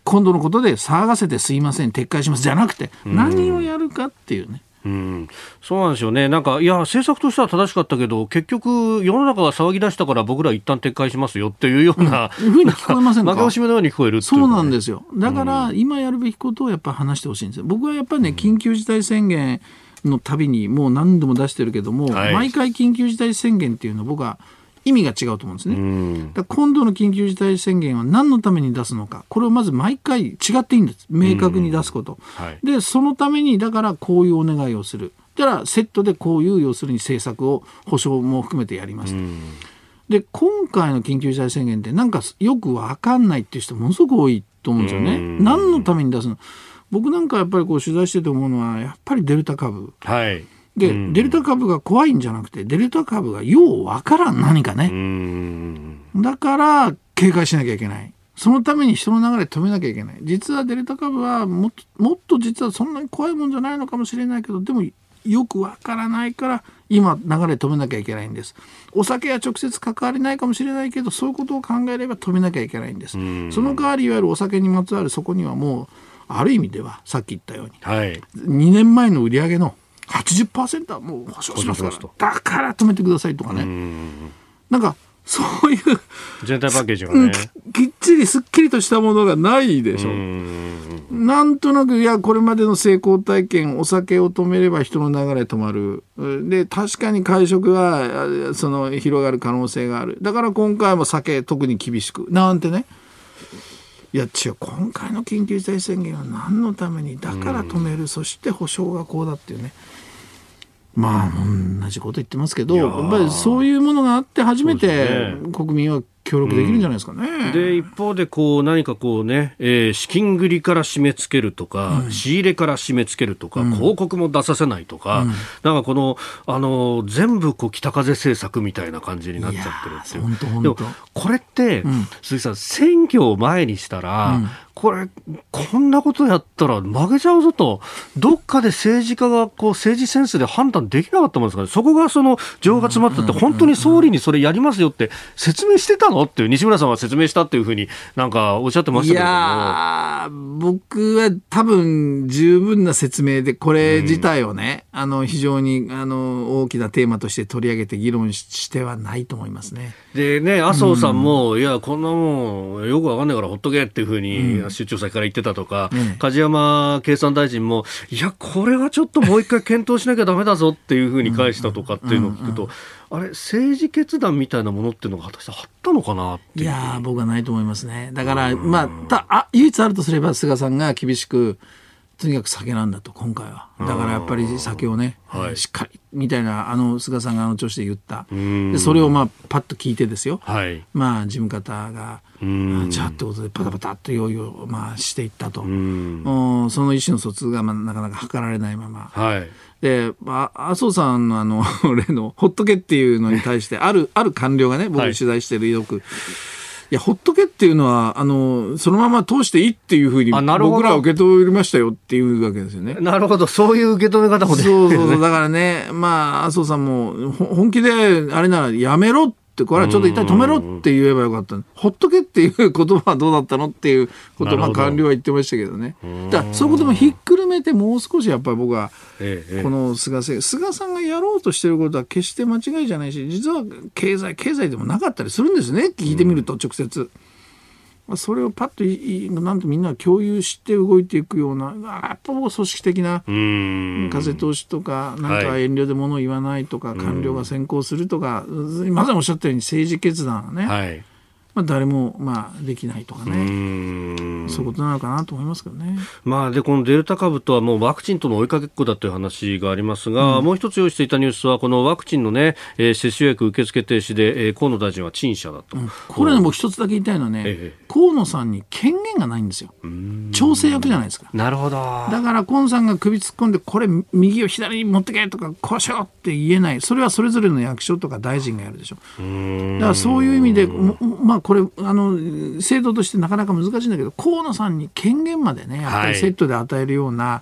Speaker 4: 今度のことで騒がせてすいません撤回しますじゃなくて、何をやるかっていうね。
Speaker 1: うん、そうなんですよね。なんかいや政策としては正しかったけど結局世の中が騒ぎ出したから僕ら一旦撤回しますよっていうような、
Speaker 4: うん、ふうに聞こえませんか。
Speaker 1: 負け惜しみのように聞こえるっていう、
Speaker 4: そうなんですよ。だから今やるべきことをやっぱり話してほしいんですよ。僕はやっぱりね、緊急事態宣言のたびにもう何度も出してるけども、はい、毎回緊急事態宣言っていうのは僕は意味が違うと思うんですね。うん、だ今度の緊急事態宣言は何のために出すのか、これをまず毎回違っていいんです。明確に出すこと、うんはい、でそのためにだからこういうお願いをする。だからセットでこういう要するに政策を保障も含めてやります。うん、で今回の緊急事態宣言ってなんかよく分かんないっていう人ものすごく多いと思うんですよね。うん、何のために出すの。僕なんかやっぱりこう取材してて思うのはやっぱりデルタ株。はいで、うん、デルタ株が怖いんじゃなくてデルタ株がようわからん何かね。うんだから警戒しなきゃいけない。そのために人の流れ止めなきゃいけない。実はデルタ株はもっと、もっと実はそんなに怖いもんじゃないのかもしれないけど、でもよくわからないから今流れ止めなきゃいけないんです。お酒は直接関わりないかもしれないけどそういうことを考えれば止めなきゃいけないんです。その代わりいわゆるお酒にまつわるそこにはもうある意味ではさっき言ったように、はい、にねんまえの売り上げの はちじゅっパーセント はもう保証しますからだから止めてくださいとかね。うんなんかそういう
Speaker 1: 全体パッケージがね
Speaker 4: き, きっちりすっきりとしたものがないでしょ。うんなんとなくいやこれまでの成功体験お酒を止めれば人の流れ止まるで確かに会食はその広がる可能性があるだから今回も酒特に厳しくなんてね。いや違う今回の緊急事態宣言は何のためにだから止める、うん、そして保証がこうだっていうねまあ同じこと言ってますけどやっぱりそういうものがあって初めて国民は協力できるんじゃないですかね。
Speaker 1: うん、で一方でこう何かこうね、えー、資金繰りから締め付けるとか、うん、仕入れから締め付けるとか、うん、広告も出させないとか、うん、なんかこのあの全部こう北風政策みたいな感じになっちゃってるんですよ。
Speaker 4: 本当本当
Speaker 1: でもこれって、うん、鈴木さん選挙を前にしたら、うん、これこんなことやったら負けちゃうぞとどっかで政治家がこう政治センスで判断できなかったもんですから、ね、そこがその情が詰まったって本当に総理にそれやりますよって説明してたのっていう西村さんは説明したっていうふうになんかおっしゃってましたけれども、い
Speaker 4: や僕は多分十分な説明でこれ自体をね、うん、あの非常にあの大きなテーマとして取り上げて議論してはないと思いますね。
Speaker 1: でね麻生さんも、うん、いやこんなもんよくわかんないからほっとけっていうふうに、うん、出張先から言ってたとか、うん、梶山経産大臣もいやこれはちょっともう一回検討しなきゃダメだぞっていうふうに返したとかっていうのを聞くと、うんうんうんあれ政治決断みたいなものっていうのが果たしてあったのかなっていう。
Speaker 4: いや僕はないと思いますね。だからまあたあ唯一あるとすれば菅さんが厳しくとにかく酒なんだと今回はだからやっぱり酒をね、はい、しっかりみたいなあの菅さんがあの調子で言ったでそれをまあパッと聞いてですよ、はい、まあ事務方がじゃあってことでパタパタっと用意をまあしていったとうんその意思の疎通がまあなかなか図られないまま、はいであ麻生さんのあの例のほっとけっていうのに対してあるある官僚がね僕取材してるよく、はい、いやほっとけっていうのはあのそのまま通していいっていうふうに僕らは受け取りましたよっていうわけですよね。
Speaker 1: なるほどそういう受け止め方もできる、
Speaker 4: ね、そうそうだからねまあ麻生さんも本気であれならやめろってこれはちょっと一旦止めろって言えばよかった。ほっとけっていう言葉はどうだったのっていうことをまあ官僚は言ってましたけどね。だからそういうこともひっくるめてもう少しやっぱり僕はこの菅政菅さんがやろうとしてることは決して間違いじゃないし実は経済経済でもなかったりするんですね聞いてみると直接。それをパッといなんとみんな共有して動いていくようなやっぱ組織的な風通しとかなんか遠慮で物を言わないとか、はい、官僚が先行するとかまさにおっしゃったように政治決断はね、はいまあ、誰もまあできないとかねうんそういうことなのかなと思いますけどね。
Speaker 1: まあ、でこのデルタ株とはもうワクチンとの追いかけっこだという話がありますが、うん、もう一つ用意していたニュースはこのワクチンの、ねえー、接種予約受付停止で、えー、河野大臣は陳謝だと、うん、
Speaker 4: これね僕一つだけ言いたいのはね、ええ、河野さんに権限がないんですよ。調整役じゃないですか。
Speaker 1: なるほど。
Speaker 4: だから河野さんが首突っ込んでこれ右を左に持ってけとかこうしろって言えない。それはそれぞれの役所とか大臣がやるでしょ。だからそういう意味でまあこれあの制度としてなかなか難しいんだけど河野さんに権限までねやっぱりセットで与えるような、はい、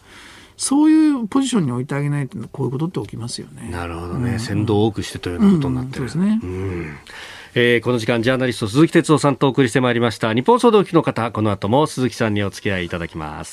Speaker 4: そういうポジションに置いてあげないとこういうことって起きますよね。
Speaker 1: なるほどね、うん、先導を多くしてというようなことになってる、
Speaker 4: うんうん、そうですね、
Speaker 1: うんえー、この時間ジャーナリスト鈴木哲夫さんとお送りしてまいりました。日本総動機の方、この後も鈴木さんにお付き合いいただきます。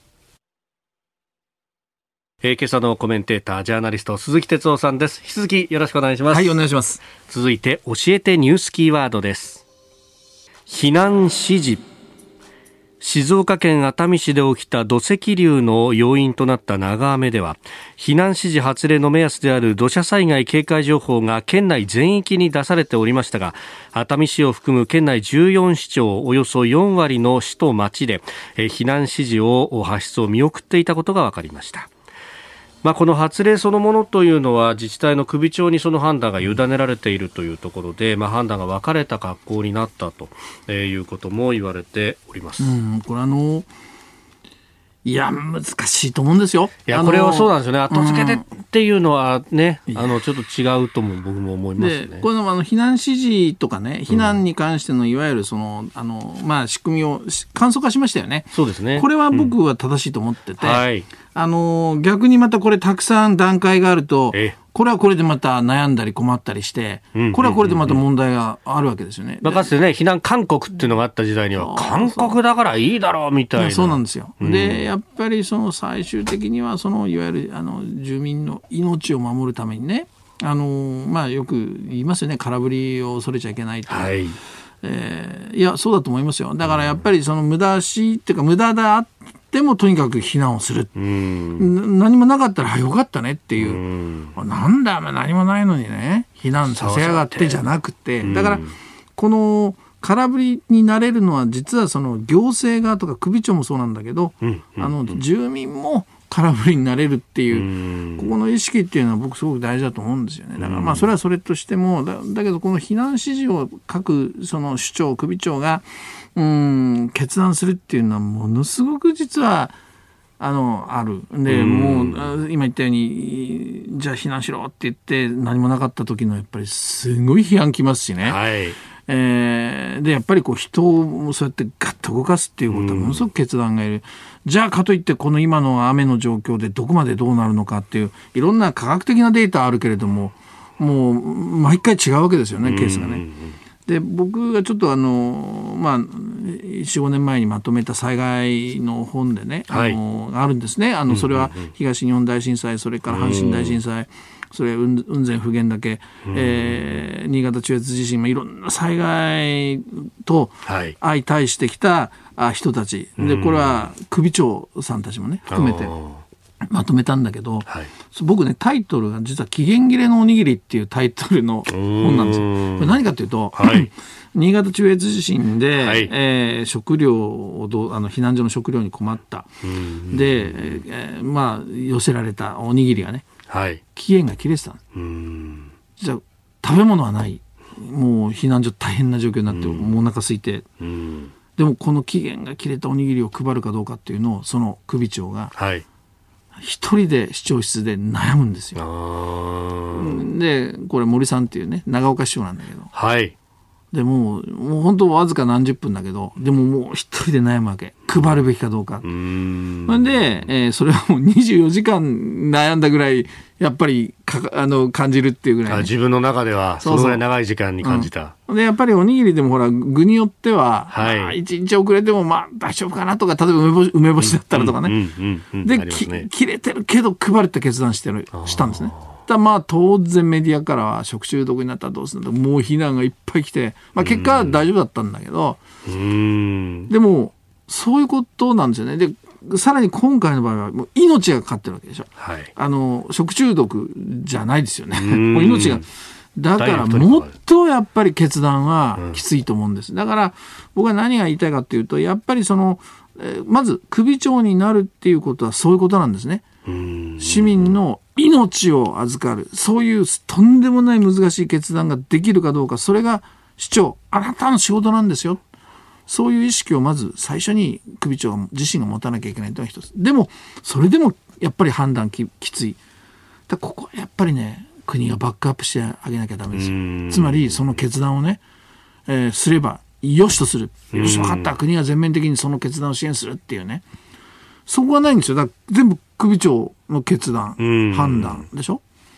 Speaker 1: えー、今朝のコメンテータージャーナリスト鈴木哲夫さんです。引き続きよろしくお願いします。
Speaker 4: はい、お願いします。
Speaker 1: 続いて教えてニュースキーワードです。避難指示。静岡県熱海市で起きた土石流の要因となった長雨では、避難指示発令の目安である土砂災害警戒情報が県内全域に出されておりましたが、熱海市を含む県内じゅうよん市町およそよん割の市と町で避難指示を発出を見送っていたことが分かりました。まあ、この発令そのものというのは自治体の首長にその判断が委ねられているというところで、まあ、判断が分かれた格好になったということも言われております。
Speaker 4: うん、これあのいや難しいと思うんですよ。
Speaker 1: いやこれはそうなんですよね。後付けてっていうのはね、うん、あのちょっと違うとも僕も思いますね。
Speaker 4: でこのあの避難指示とかね、避難に関してのいわゆるその、あの、まあ、仕組みを簡素化しましたよね。
Speaker 1: そうですね。
Speaker 4: これは僕は正しいと思ってて、
Speaker 1: うん、はい、
Speaker 4: あの逆にまたこれたくさん段階があると、えこれはこれでまた悩んだり困ったりして、これはこれでまた問題があるわけですよね。
Speaker 1: まあ、かつてね、避難勧告っていうのがあった時代には、勧告だからいいだろうみたいな。
Speaker 4: そうなんですよ。うん、で、やっぱりその最終的には、そのいわゆるあの住民の命を守るためにね、あの、まあ、よく言いますよね、空振りを恐れちゃいけないと。はい。えー、いや、そうだと思いますよ。だからやっぱりその無駄しっていうか、無駄であって、でもとにかく避難をする。うん何もなかったらよかったねっていう。うんなんだ何もないのにね避難させやがってじゃなくて、だからこの空振りになれるのは実はその行政側とか首長もそうなんだけど、あの住民も空振りになれるっていうここの意識っていうのは僕すごく大事だと思うんですよね。だからまあそれはそれとしても だ, だけどこの避難指示を各その首長首長がうん決断するっていうのはものすごく実はあのあるでもう今言ったようにじゃあ避難しろって言って何もなかった時のやっぱりすごい批判きますしね、はいえー、でやっぱりこう人をそうやってガッと動かすっていうことはものすごく決断がいる。じゃあかといってこの今の雨の状況でどこまでどうなるのかっていういろんな科学的なデータあるけれどももう毎回違うわけですよねケースがね。で僕がちょっとあのまあ よん,ご 年前にまとめた災害の本でね、はい、あのあるんですね。あのそれは東日本大震災それから阪神大震災それ雲仙普賢岳、えー、新潟中越地震、まあ、いろんな災害と相対してきた人たちでこれは首長さんたちもね含めてまとめたんだけど、はい、僕ねタイトルが実は期限切れのおにぎりっていうタイトルの本なんですよ。これ何かというと、はい、新潟中越地震で、はいえー、食料をどうあの避難所の食料に困ったで、えー、まあ寄せられたおにぎりがね、はい、期限が切れてたんじゃあ食べ物はないもう避難所大変な状況になってもうお腹空いてでもこの期限が切れたおにぎりを配るかどうかっていうのをその首長が、はい一人で市長室で悩むんですよ。でこれ森さんっていうね長岡市長なんだけど、はい、でもうもう本当わずか何十分だけどでももう一人で悩むわけ配るべきかどうか。うーんで、えー、それはもうにじゅうよじかん悩んだぐらいやっぱりかあの感じるっていうぐらい、ね、
Speaker 1: 自分の中ではそのぐらい長い時間に感じた。そうそう、
Speaker 4: うん、でやっぱりおにぎりでもほら具によっては、はいまあ、いちにち遅れてもまあ大丈夫かなとか例えば梅干し、梅干しだったらとかね、で、ね、切れてるけど配るって決断してるしたんですね。だまあ当然メディアからは食中毒になったらどうするんだもう非難がいっぱい来て、まあ、結果は大丈夫だったんだけどうんでもそういうことなんですよね。でさらに今回の場合はもう命がかかってるわけでしょ、はい、あの食中毒じゃないですよねもう命がだからもっとやっぱり決断はきついと思うんです。だから僕は何が言いたいかというとやっぱりその、えー、まず首長になるっていうことはそういうことなんですね。市民の命を預かるそういうとんでもない難しい決断ができるかどうかそれが市長あなたの仕事なんですよ。そういう意識をまず最初に首長自身が持たなきゃいけないというのが一つ。でもそれでもやっぱり判断 き, きついだここはやっぱりね国がバックアップしてあげなきゃダメですよ。つまりその決断をね、えー、すればよしとするよし分かった国が全面的にその決断を支援するっていうねそこはないんですよ。だから全部首長の決断判断でしょ。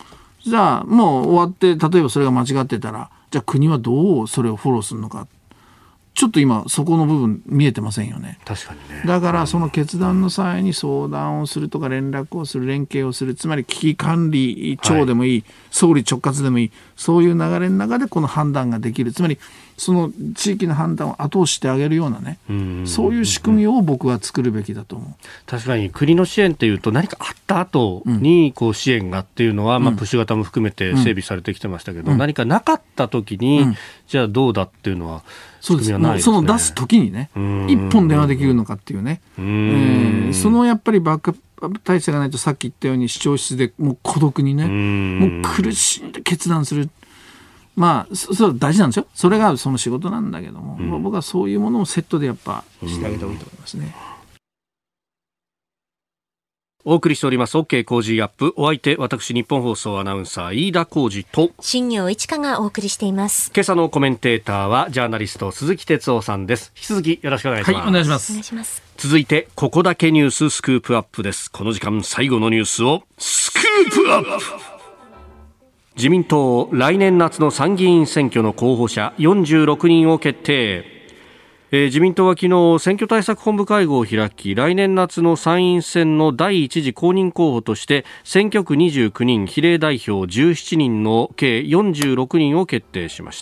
Speaker 4: じゃあもう終わって例えばそれが間違ってたらじゃあ国はどうそれをフォローするのか、ちょっと今そこの部分見えてませんよね。
Speaker 1: 確かにね。
Speaker 4: だからその決断の際に相談をするとか連絡をする、連携をする、つまり危機管理庁でもいい、はい、総理直轄でもいい、そういう流れの中でこの判断ができる、つまりその地域の判断を後押ししてあげるようなね、うそういう仕組みを僕は作るべきだと思う。
Speaker 1: 確かに国の支援っていうと何かあった後にこう支援がっていうのは、うんまあ、プッシュ型も含めて整備されてきてましたけど、うん、何かなかった時に、うん、じゃあどうだっていうのは
Speaker 4: そうです。もうその出す時にね、一本電話できるのかっていうね、うえー、そのやっぱりバックアップ体制がないと、さっき言ったように市長室でもう孤独にね、もう苦しんで決断する。まあ、そ, それ大事なんですよ。それがその仕事なんだけども、うん、僕はそういうものをセットでやっぱしてあげた方がいいと思いますね。
Speaker 1: お送りしております OK 工事アップ。お相手、私日本放送アナウンサー飯田浩司と
Speaker 3: 新業一華がお送りしています。
Speaker 1: 今朝のコメンテーターはジャーナリスト鈴木哲夫さんです。引き続きよろしくお願いします。
Speaker 4: はい、お願いします。
Speaker 3: お願いします。
Speaker 1: 続いてここだけニューススクープアップです。この時間最後のニュースをスクープアップ。自民党来年夏の参議院選挙の候補者よんじゅうろくにんを決定。えー、自民党は昨日選挙対策本部会合を開き、来年夏の参院選の第一次公認候補として選挙区にじゅうきゅうにん、比例代表じゅうななにんの計よんじゅうろくにんを決定しました。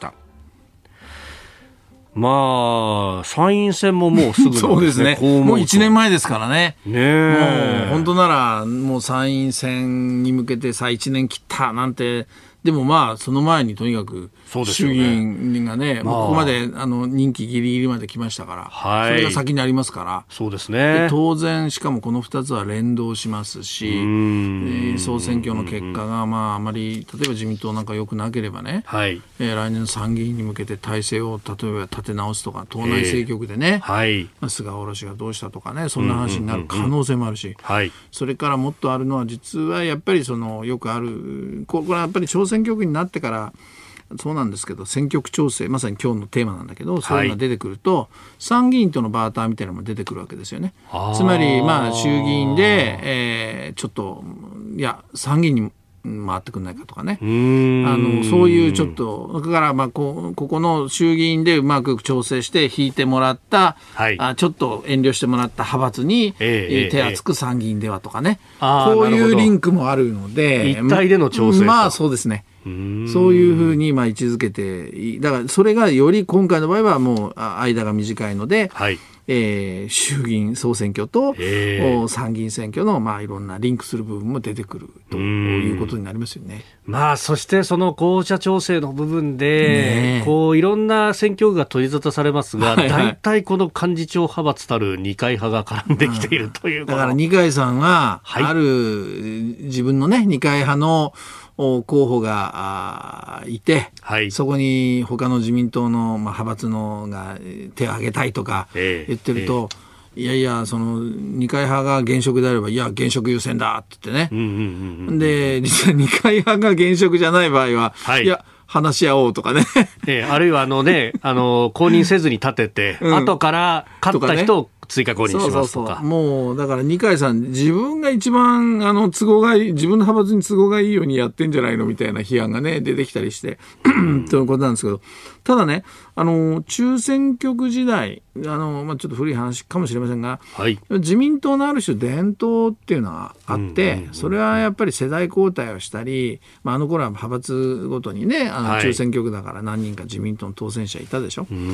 Speaker 1: まあ参院選ももうすぐなんですね。
Speaker 4: そうですね。もういちねんまえですからね。
Speaker 1: ねえ。
Speaker 4: もう本当ならもう参院選に向けてさいちねん切ったなんて。でもまあその前にとにかく衆議院が ね, ね、まあ、ここまであの任期ギリギリまで来ましたから、はい、それが先にありますから、
Speaker 1: そうですね。
Speaker 4: で当然しかもこのふたつは連動しますし、えー、総選挙の結果がまああまり例えば自民党なんか良くなければね、はいえー、来年の参議院に向けて体制を例えば立て直すとか、党内政局でね、はい、菅おろしがどうしたとかね、そんな話になる可能性もあるし、うんうんうんはい、それからもっとあるのは実はやっぱりそのよくあるこれはやっぱり挑戦選挙区になってからそうなんですけど、選挙区調整まさに今日のテーマなんだけど、そういうのが出てくると、はい、参議院とのバーターみたいなのも出てくるわけですよね。つまりまあ衆議院で、えー、ちょっといや参議院に回ってくんないかとかね、あのそういうちょっとだからまあ こ, ここの衆議院でうまく調整して引いてもらった、はい、あちょっと遠慮してもらった派閥に、えー、手厚く参議院ではとかね、えー、こういうリンクもあるので
Speaker 1: 一体での調整、
Speaker 4: まあそうですね。うそういうふうにまあ位置づけて、だからそれがより今回の場合はもう間が短いので、はいえー、衆議院総選挙と、えー、参議院選挙のまあいろんなリンクする部分も出てくるということになりますよね。
Speaker 1: まあそしてその候補者調整の部分で、ね、こういろんな選挙区が取り沙汰されますが、はいはい、大体この幹事長派閥たる二階派が絡んできているという、うん、
Speaker 4: だから二階さんは、はい、ある自分のね二階派の候補がいて、はい、そこに他の自民党の派閥のが手を挙げたいとか言ってると、えーえー、いやいやその二階派が現職であればいや現職優先だって言ってね、うんうんうんうん、で実は二階派が現職じゃない場合は、はい、いや話し合おうとかね、
Speaker 1: えー、あるいはあのねあの公認せずに立てて、うん、後から勝った人を追加公認しますとか、そうそうそう、
Speaker 4: もうだから二階さん自分が一番あの都合がいい、自分の派閥に都合がいいようにやってんじゃないのみたいな批判がね出てきたりしてということなんですけど、ただねあの中選挙区時代あの、まあ、ちょっと古い話かもしれませんが、はい、自民党のある種伝統っていうのがあって、うんうんうん、それはやっぱり世代交代をしたり、まあ、あの頃は派閥ごとにねあの中選挙区だから何人か自民党の当選者いたでしょ、はい、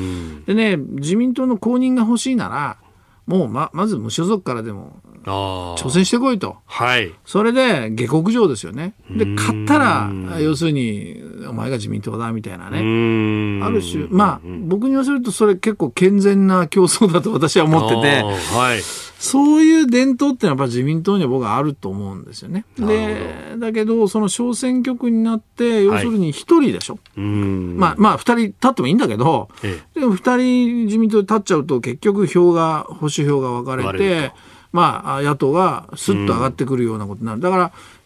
Speaker 4: でね自民党の公認が欲しいならもう ま, まず無所属からでも挑戦してこいと、はい、それで下克上ですよね。で勝ったら要するにお前が自民党だみたいなね、ある種まあ僕に言わせるとそれ結構健全な競争だと私は思ってて、はい、そういう伝統ってのはやっぱ自民党には僕はあると思うんですよね。でだけどその小選挙区になって要するに一人でしょ、はい、うんまあまあ二人立ってもいいんだけど、ええ、でも二人自民党で立っちゃうと結局票が保守票が分かれてまあ、野党がスッと上がってくるようなことになる。だから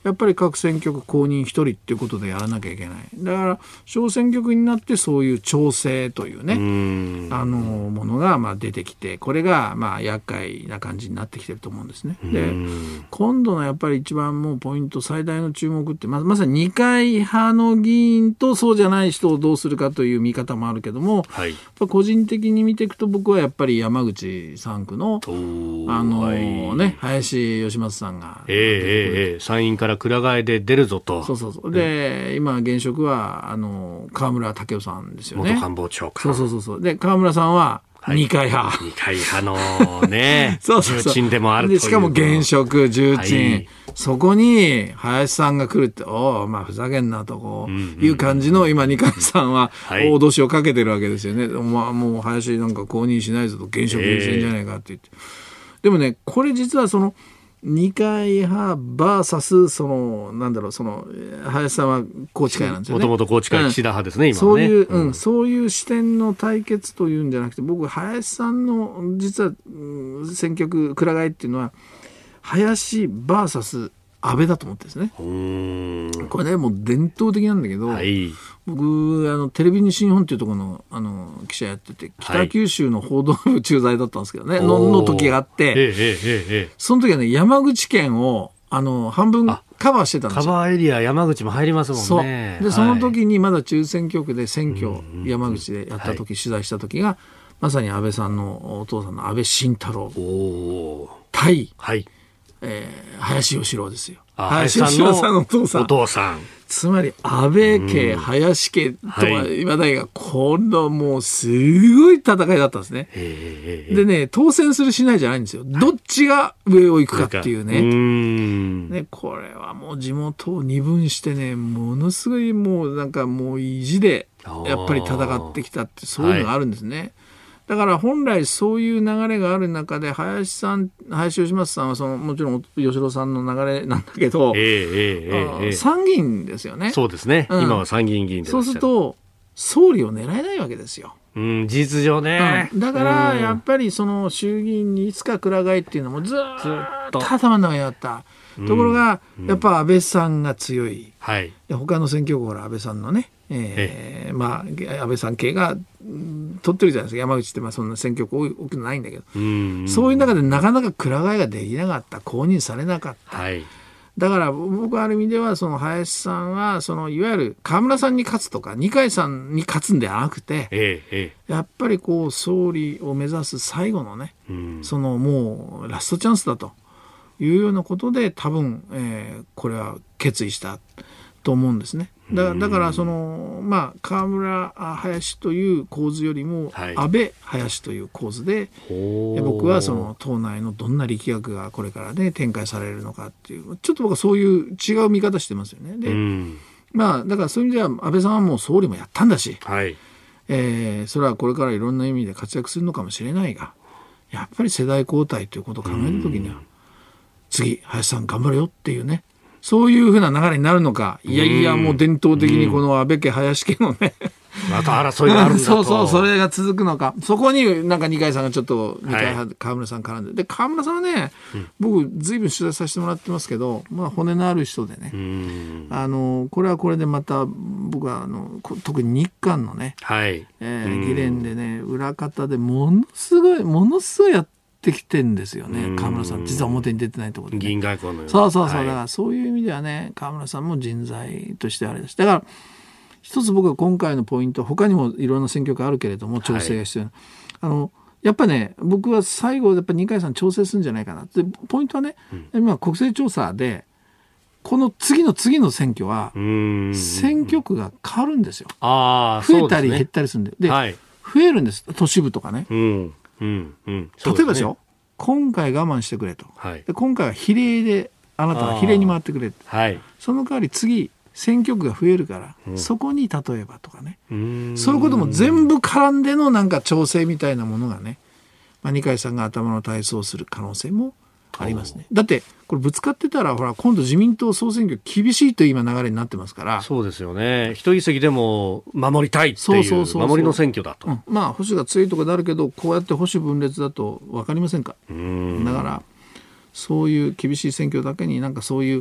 Speaker 4: やっぱり各選挙区公認一人っていうことでやらなきゃいけない。だから小選挙区になってそういう調整というね、あのものがまあ出てきて、これがまあ厄介な感じになってきてると思うんですね。で今度のやっぱり一番もうポイント、最大の注目って ま, まさに二階派の議員とそうじゃない人をどうするかという見方もあるけども、はい、個人的に見ていくと僕はやっぱり山口さん区のあの、はいね、林芳正さんが、
Speaker 1: えーえー、参院から倉替えで出るぞと。
Speaker 4: そうそうそう。で、うん、今現職はあの河村武雄さんですよね。
Speaker 1: 元官房長官。
Speaker 4: そうそうそう。で河村さんは二階派、はい、
Speaker 1: 二階派のねそうそうそう、重鎮でもあるという。
Speaker 4: でしかも現職重鎮、はい、そこに林さんが来るって、おおまあふざけんなとこういう感じの今二階さんは脅しをかけてるわけですよね。はい、まあ、もう林なんか公認しないぞと、現職優先じゃないかって言って、えー、でもねこれ実はその二階派 ブイエス そのなんだろう、その林さんは宏池会なんですよね。
Speaker 1: もともと宏池会岸田派ですね、うん、今
Speaker 4: はね。そういう、
Speaker 1: うん
Speaker 4: うん、そういう視点の対決というんじゃなくて、僕林さんの実は、うん、選挙区倉替えっていうのは林 ブイエス 安倍だと思ってるんですね。うーん、これねもう伝統的なんだけど、はい、僕あのテレビ西日本っていうところ の, あの記者やってて、北九州の報道部駐在だったんですけどね、はい、の, の時があって、ええええ、その時はね山口県をあの半分カバーしてたんですよ。
Speaker 1: カバーエリア山口も入りますもんね。
Speaker 4: そうで、その時にまだ中選挙区で選挙、山口でやった時、はい、取材した時がまさに安倍さんのお父さんの安倍晋太郎対、はいえー、林芳郎ですよ。
Speaker 1: 林芳郎さんのお父さん。お父さん。
Speaker 4: つまり安倍家、うん、林家とは言わないが、はい、今度もうすごい戦いだったんですね。でね、当選するしないじゃないんですよ。どっちが上を行くかっていうね。うーんね、これはもう地元を二分してね、ものすごいもうなんかもう意地でやっぱり戦ってきたって、そういうのがあるんですね。はい、だから本来そういう流れがある中で林さん、林芳正さんはそのもちろん吉郎さんの流れなんだけど、えーえーえー、参議院ですよね。
Speaker 1: そうですね、うん、今は参議院議員で
Speaker 4: そうすると総理を狙えないわけですよ。
Speaker 1: うん、事実上ね、
Speaker 4: うん、だからやっぱりその衆議院にいつか倉替えっていうのもずっと頭の中にあった。ところが、うん、やっぱ安倍さんが強い、はい、で他の選挙区から安倍さんのね、えーまあ、安倍さん系が取ってるじゃないですか。山口ってまあそんな選挙区多くないんだけど、うんそういう中でなかなか倉替えができなかった、公認されなかった、はい、だから僕はある意味ではその林さんはそのいわゆる河村さんに勝つとか二階さんに勝つんではなくて、ええ、やっぱりこう総理を目指す最後のね、うん、そのもうラストチャンスだというようなことで多分、えー、これは決意したと思うんですね。だ, だからその、まあ、河村林という構図よりも、はい、安倍林という構図で僕はその党内のどんな力学がこれからね展開されるのかっていうちょっと僕はそういう違う見方してますよね。で、まあ、だからそういう意味では安倍さんはもう総理もやったんだし、はいえー、それはこれからいろんな意味で活躍するのかもしれないがやっぱり世代交代ということを考えるときには次林さん頑張れよっていうねそういうふうな流れになるのか、いやいやもう伝統的にこの安倍家林家のね
Speaker 1: また争いがあるんだと
Speaker 4: そうそうそれが続くのか、そこになんか二階さんがちょっと二階派、はい、河村さん絡んで、で河村さんはね、うん、僕ずいぶん取材させてもらってますけど、まあ骨のある人でね、うんあのこれはこれでまた僕はあの特に日韓のね、はいえー、議連でね裏方でものすごいものすごいやってできてんですよね。河村さん実は表に出てないところで、ね、
Speaker 1: 議員外交のような
Speaker 4: そうそうそう、はい、だからそういう意味ではね河村さんも人材としてあれです。だから一つ僕は今回のポイント他にもいろんな選挙区あるけれども調整が必要な、はい、あのやっぱね僕は最後やっぱ二階さん調整するんじゃないかなでポイントはね、うん、今国勢調査でこの次の次の選挙は選挙区が変わるんですよ。あ増えたり減ったりするんで、で、はい、増えるんです都市部とかね、うんうんうん、例えばですよ、ね、今回我慢してくれと、はい、で今回は比例であなたは比例に回ってくれと、はい、その代わり次選挙区が増えるから、うん、そこに例えばとかねそういうことも全部絡んでのなんか調整みたいなものがね、まあ、二階さんが頭の体操する可能性もありますね。だってこれぶつかってたらほら今度自民党総選挙厳しいという今流れになってますから。
Speaker 1: そうですよね。一議席でも守りたいっていう守りの選挙だと、うん、
Speaker 4: まあ保守が強いところであるけどこうやって保守分裂だと分かりませんか。うんだからそういう厳しい選挙だけになんかそういう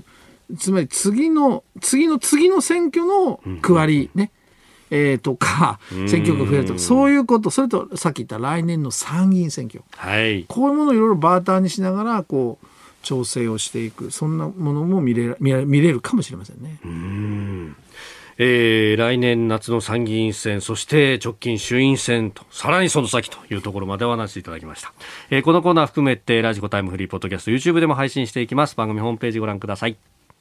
Speaker 4: つまり次の次の次の選挙の区割りね、うんえー、とか選挙区が増えるとかそういうこと、それとさっき言った来年の参議院選挙、はい、こういうものをいろいろバーターにしながらこう調整をしていく、そんなものも見れ、見れ、見れるかもしれませんね。
Speaker 1: うんえー、来年夏の参議院選、そして直近衆院選と、さらにその先というところまでお話しいただきました。えー、このコーナー含めてラジコタイムフリーポッドキャスト YouTube でも配信していきます。番組ホームページご覧ください。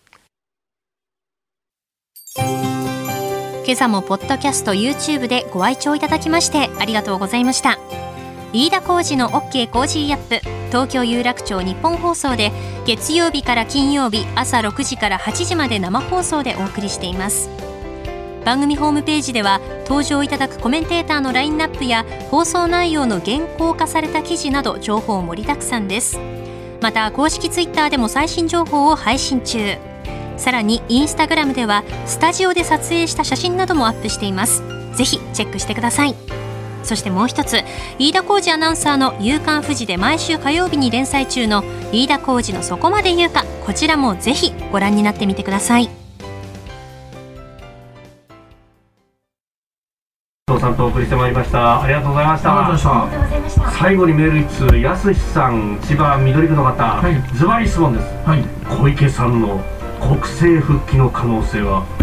Speaker 3: 今朝もポッドキャスト YouTube でご愛聴いただきましてありがとうございました。飯田浩司の OK コージーアップ、東京有楽町日本放送で月曜日から金曜日朝ろくじからはちじまで生放送でお送りしています。番組ホームページでは登場いただくコメンテーターのラインナップや放送内容の原稿化された記事など情報盛りだくさんです。また公式ツイッターでも最新情報を配信中。さらにインスタグラムではスタジオで撮影した写真などもアップしています。ぜひチェックしてください。そしてもう一つ、飯田浩司アナウンサーの夕刊フジで毎週火曜日に連載中の飯田浩司のそこまで言うか、こちらもぜひご覧になってみてください。
Speaker 1: 伊藤さんとお送りしてまいりました。ありがとうございました。ありがとうございました。最後にメールいつつ、やすしさん、千葉緑区の方、はい、ズバリ質問です、はい、小池さんの国政復帰の可能性は